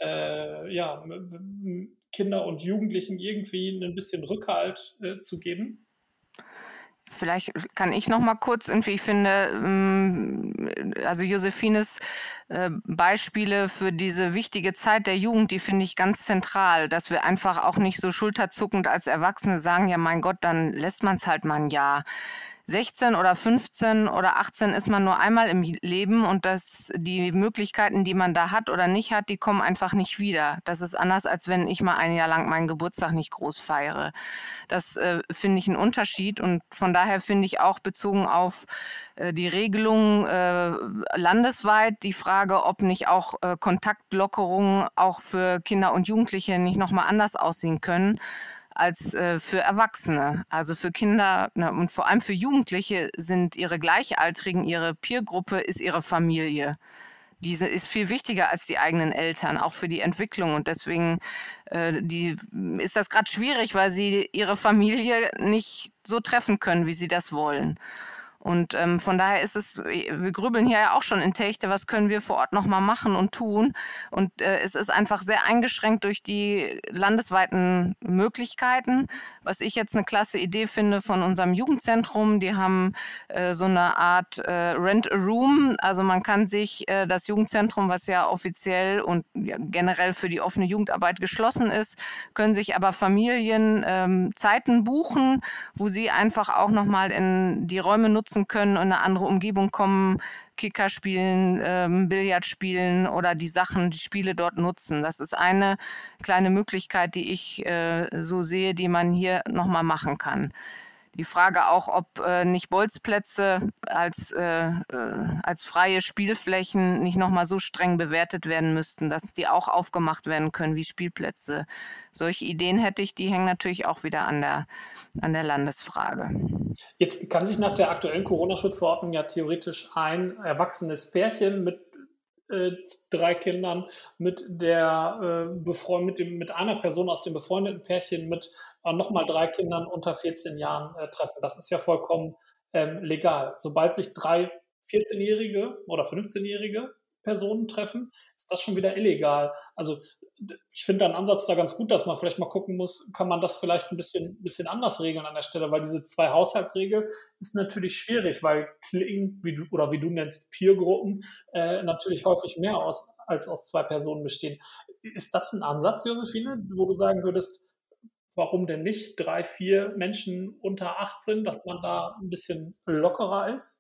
Kinder und Jugendlichen irgendwie ein bisschen Rückhalt zu geben? Vielleicht kann ich noch mal kurz irgendwie, ich finde, also Josephines Beispiele für diese wichtige Zeit der Jugend, die finde ich ganz zentral, dass wir einfach auch nicht so schulterzuckend als Erwachsene sagen, ja mein Gott, dann lässt man es halt mal ein Jahr. 16 oder 15 oder 18 ist man nur einmal im Leben und die Möglichkeiten, die man da hat oder nicht hat, die kommen einfach nicht wieder. Das ist anders, als wenn ich mal ein Jahr lang meinen Geburtstag nicht groß feiere. Das finde ich einen Unterschied und von daher finde ich auch bezogen auf die Regelung landesweit die Frage, ob nicht auch Kontaktlockerungen auch für Kinder und Jugendliche nicht nochmal anders aussehen können als für Erwachsene. Also für Kinder und vor allem für Jugendliche sind ihre Gleichaltrigen, ihre Peergruppe ist ihre Familie. diese ist viel wichtiger als die eigenen Eltern, auch für die Entwicklung. Und deswegen ist das gerade schwierig, weil sie ihre Familie nicht so treffen können, wie sie das wollen. Und von daher ist es, wir grübeln hier ja auch schon in Techte, was können wir vor Ort nochmal machen und tun. Und es ist einfach sehr eingeschränkt durch die landesweiten Möglichkeiten. Was ich jetzt eine klasse Idee finde von unserem Jugendzentrum, die haben so eine Art Rent a Room. Also man kann sich das Jugendzentrum, was ja offiziell und generell für die offene Jugendarbeit geschlossen ist, können sich aber Familien Zeiten buchen, wo sie einfach auch nochmal in die Räume nutzen können und eine andere Umgebung kommen, Kicker spielen, Billard spielen oder die Spiele dort nutzen. Das ist eine kleine Möglichkeit, die ich so sehe, die man hier nochmal machen kann. Die Frage auch, ob nicht Bolzplätze als freie Spielflächen nicht nochmal so streng bewertet werden müssten, dass die auch aufgemacht werden können wie Spielplätze. Solche Ideen hätte ich, die hängen natürlich auch wieder an der Landesfrage. Jetzt kann sich nach der aktuellen Corona-Schutzverordnung ja theoretisch ein erwachsenes Pärchen mit 3 Kindern mit einer Person aus dem befreundeten Pärchen mit nochmal 3 Kindern unter 14 Jahren treffen. Das ist ja vollkommen legal. Sobald sich 3 14-jährige oder 15-jährige Personen treffen, ist das schon wieder illegal. Also ich finde deinen Ansatz da ganz gut, dass man vielleicht mal gucken muss, kann man das vielleicht ein bisschen anders regeln an der Stelle, weil diese 2-Haushaltsregel ist natürlich schwierig, weil Klingen, wie du nennst, Peergruppen, natürlich häufig mehr als aus 2 Personen bestehen. Ist das ein Ansatz, Josephine, wo du sagen würdest, warum denn nicht 3, 4 Menschen unter 18, dass man da ein bisschen lockerer ist?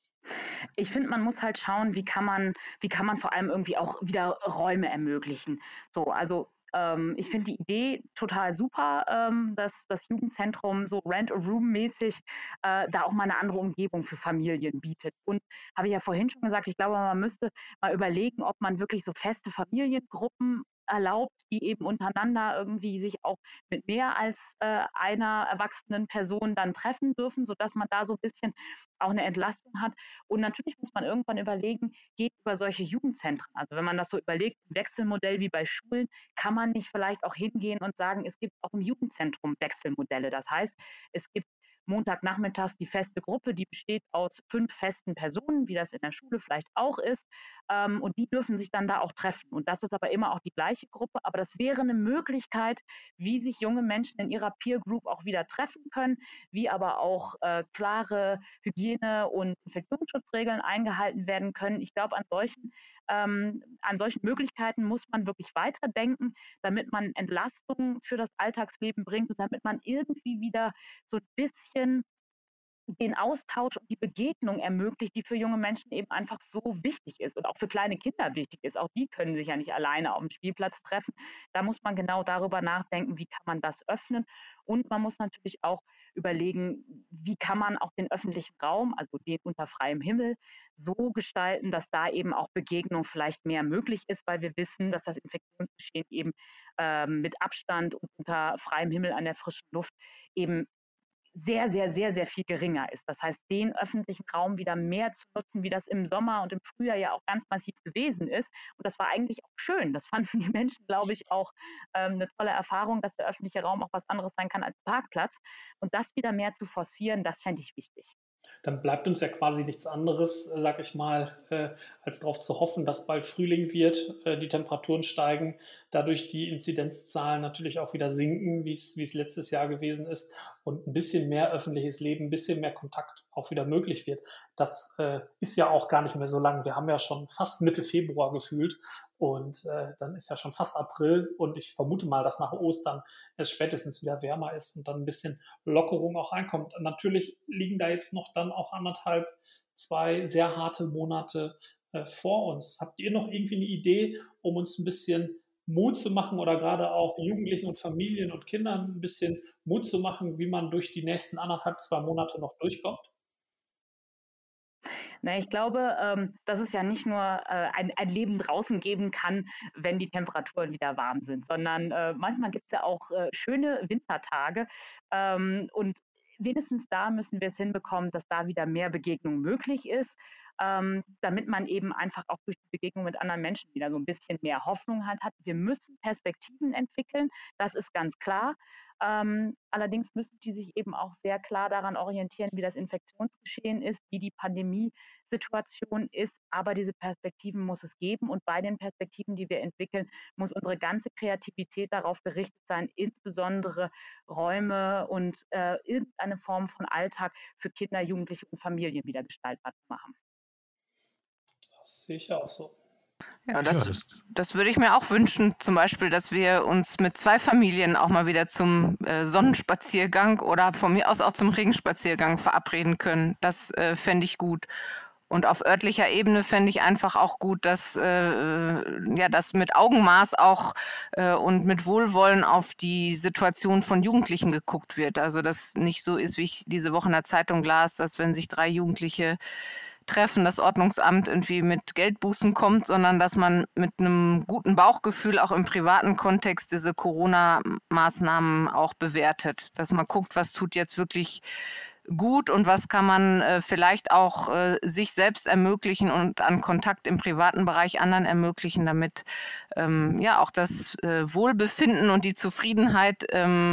Ich finde, man muss halt schauen, wie kann man vor allem irgendwie auch wieder Räume ermöglichen. So, also ich finde die Idee total super, dass das Jugendzentrum so Rent-a-Room-mäßig da auch mal eine andere Umgebung für Familien bietet. Und habe ich ja vorhin schon gesagt, ich glaube, man müsste mal überlegen, ob man wirklich so feste Familiengruppen erlaubt, die eben untereinander irgendwie sich auch mit mehr als einer erwachsenen Person dann treffen dürfen, sodass man da so ein bisschen auch eine Entlastung hat. Und natürlich muss man irgendwann überlegen, geht über solche Jugendzentren. Also wenn man das so überlegt, ein Wechselmodell wie bei Schulen, kann man nicht vielleicht auch hingehen und sagen, es gibt auch im Jugendzentrum Wechselmodelle. Das heißt, es gibt Montagnachmittags die feste Gruppe, die besteht aus 5 festen Personen, wie das in der Schule vielleicht auch ist. Und die dürfen sich dann da auch treffen. Und das ist aber immer auch die gleiche Gruppe. Aber das wäre eine Möglichkeit, wie sich junge Menschen in ihrer Peer Group auch wieder treffen können, wie aber auch klare Hygiene- und Infektionsschutzregeln eingehalten werden können. Ich glaube, an solchen Möglichkeiten muss man wirklich weiterdenken, damit man Entlastung für das Alltagsleben bringt und damit man irgendwie wieder so ein bisschen den Austausch und die Begegnung ermöglicht, die für junge Menschen eben einfach so wichtig ist und auch für kleine Kinder wichtig ist. Auch die können sich ja nicht alleine auf dem Spielplatz treffen. Da muss man genau darüber nachdenken, wie kann man das öffnen. Und man muss natürlich auch überlegen, wie kann man auch den öffentlichen Raum, also den unter freiem Himmel, so gestalten, dass da eben auch Begegnung vielleicht mehr möglich ist, weil wir wissen, dass das Infektionsgeschehen eben mit Abstand und unter freiem Himmel an der frischen Luft eben sehr, sehr, sehr, sehr viel geringer ist. Das heißt, den öffentlichen Raum wieder mehr zu nutzen, wie das im Sommer und im Frühjahr ja auch ganz massiv gewesen ist. Und das war eigentlich auch schön. Das fanden die Menschen, glaube ich, auch eine tolle Erfahrung, dass der öffentliche Raum auch was anderes sein kann als Parkplatz. Und das wieder mehr zu forcieren, das fände ich wichtig. Dann bleibt uns ja quasi nichts anderes, sag ich mal, als darauf zu hoffen, dass bald Frühling wird, die Temperaturen steigen, dadurch die Inzidenzzahlen natürlich auch wieder sinken, wie es letztes Jahr gewesen ist und ein bisschen mehr öffentliches Leben, ein bisschen mehr Kontakt auch wieder möglich wird. Das ist ja auch gar nicht mehr so lang. Wir haben ja schon fast Mitte Februar gefühlt und dann ist ja schon fast April und ich vermute mal, dass nach Ostern es spätestens wieder wärmer ist und dann ein bisschen Lockerung auch reinkommt. Und natürlich liegen da jetzt noch dann auch 1,5, 2 sehr harte Monate vor uns. Habt ihr noch irgendwie eine Idee, um uns ein bisschen Mut zu machen oder gerade auch Jugendlichen und Familien und Kindern ein bisschen Mut zu machen, wie man durch die nächsten 1,5, 2 Monate noch durchkommt? Na, ich glaube, dass es ja nicht nur ein Leben draußen geben kann, wenn die Temperaturen wieder warm sind, sondern manchmal gibt es ja auch schöne Wintertage. Und wenigstens da müssen wir es hinbekommen, dass da wieder mehr Begegnung möglich ist. damit man eben einfach auch durch die Begegnung mit anderen Menschen wieder so ein bisschen mehr Hoffnung halt hat. Wir müssen Perspektiven entwickeln, das ist ganz klar. Allerdings müssen die sich eben auch sehr klar daran orientieren, wie das Infektionsgeschehen ist, wie die Pandemiesituation ist. Aber diese Perspektiven muss es geben. Und bei den Perspektiven, die wir entwickeln, muss unsere ganze Kreativität darauf gerichtet sein, insbesondere Räume und irgendeine Form von Alltag für Kinder, Jugendliche und Familien wieder gestaltbar zu machen. Das sehe ich auch so. Ja, das würde ich mir auch wünschen, zum Beispiel, dass wir uns mit 2 Familien auch mal wieder zum Sonnenspaziergang oder von mir aus auch zum Regenspaziergang verabreden können. Das fände ich gut. Und auf örtlicher Ebene fände ich einfach auch gut, dass das mit Augenmaß auch und mit Wohlwollen auf die Situation von Jugendlichen geguckt wird. Also dass nicht so ist, wie ich diese Woche in der Zeitung las, dass wenn sich 3 Jugendliche treffen, das Ordnungsamt irgendwie mit Geldbußen kommt, sondern dass man mit einem guten Bauchgefühl auch im privaten Kontext diese Corona-Maßnahmen auch bewertet. Dass man guckt, was tut jetzt wirklich gut und was kann man vielleicht auch sich selbst ermöglichen und an Kontakt im privaten Bereich anderen ermöglichen, damit auch das Wohlbefinden und die Zufriedenheit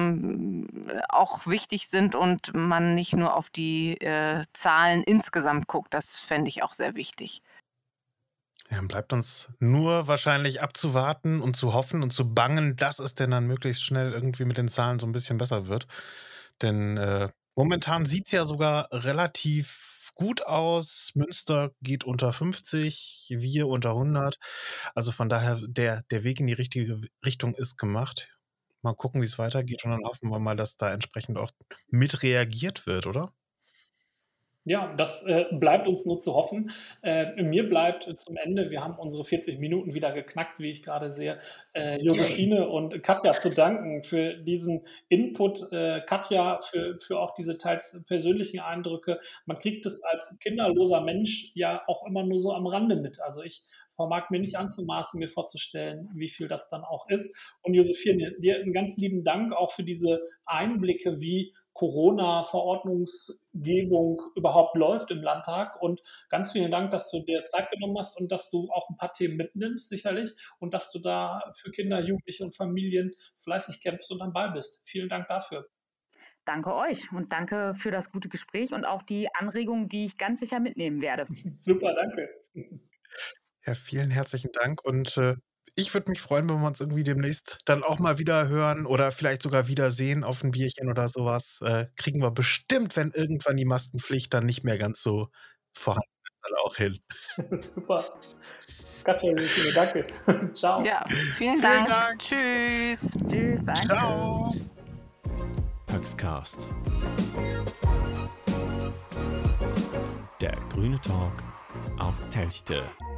auch wichtig sind und man nicht nur auf die Zahlen insgesamt guckt. Das fände ich auch sehr wichtig. Ja, dann bleibt uns nur wahrscheinlich abzuwarten und zu hoffen und zu bangen, dass es denn dann möglichst schnell irgendwie mit den Zahlen so ein bisschen besser wird. Denn momentan sieht es ja sogar relativ gut aus. Münster geht unter 50, wir unter 100. Also von daher, der Weg in die richtige Richtung ist gemacht. Mal gucken, wie es weitergeht und dann hoffen wir mal, dass da entsprechend auch mit reagiert wird, oder? Ja, das bleibt uns nur zu hoffen. Mir bleibt zum Ende, wir haben unsere 40 Minuten wieder geknackt, wie ich gerade sehe, Josephine und Katja zu danken für diesen Input. Katja, für auch diese teils persönlichen Eindrücke. Man kriegt es als kinderloser Mensch ja auch immer nur so am Rande mit. Also ich vermag mir nicht anzumaßen, mir vorzustellen, wie viel das dann auch ist. Und Josephine, dir einen ganz lieben Dank auch für diese Einblicke, wie Corona-Verordnungsgebung überhaupt läuft im Landtag. Und ganz vielen Dank, dass du dir Zeit genommen hast und dass du auch ein paar Themen mitnimmst, sicherlich, und dass du da für Kinder, Jugendliche und Familien fleißig kämpfst und am Ball bist. Vielen Dank dafür. Danke euch und danke für das gute Gespräch und auch die Anregungen, die ich ganz sicher mitnehmen werde. Super, danke. Ja, vielen herzlichen Dank und ich würde mich freuen, wenn wir uns irgendwie demnächst dann auch mal wieder hören oder vielleicht sogar wiedersehen auf ein Bierchen oder sowas. Kriegen wir bestimmt, wenn irgendwann die Maskenpflicht dann nicht mehr ganz so vorhanden ist, dann auch hin. Super. Katja, Josephine, danke. Ciao. Ja, vielen Vielen Dank. Dank. Tschüss. Tschüss, danke. Ciao. Pöxcast. Der grüne Talk aus Telchte.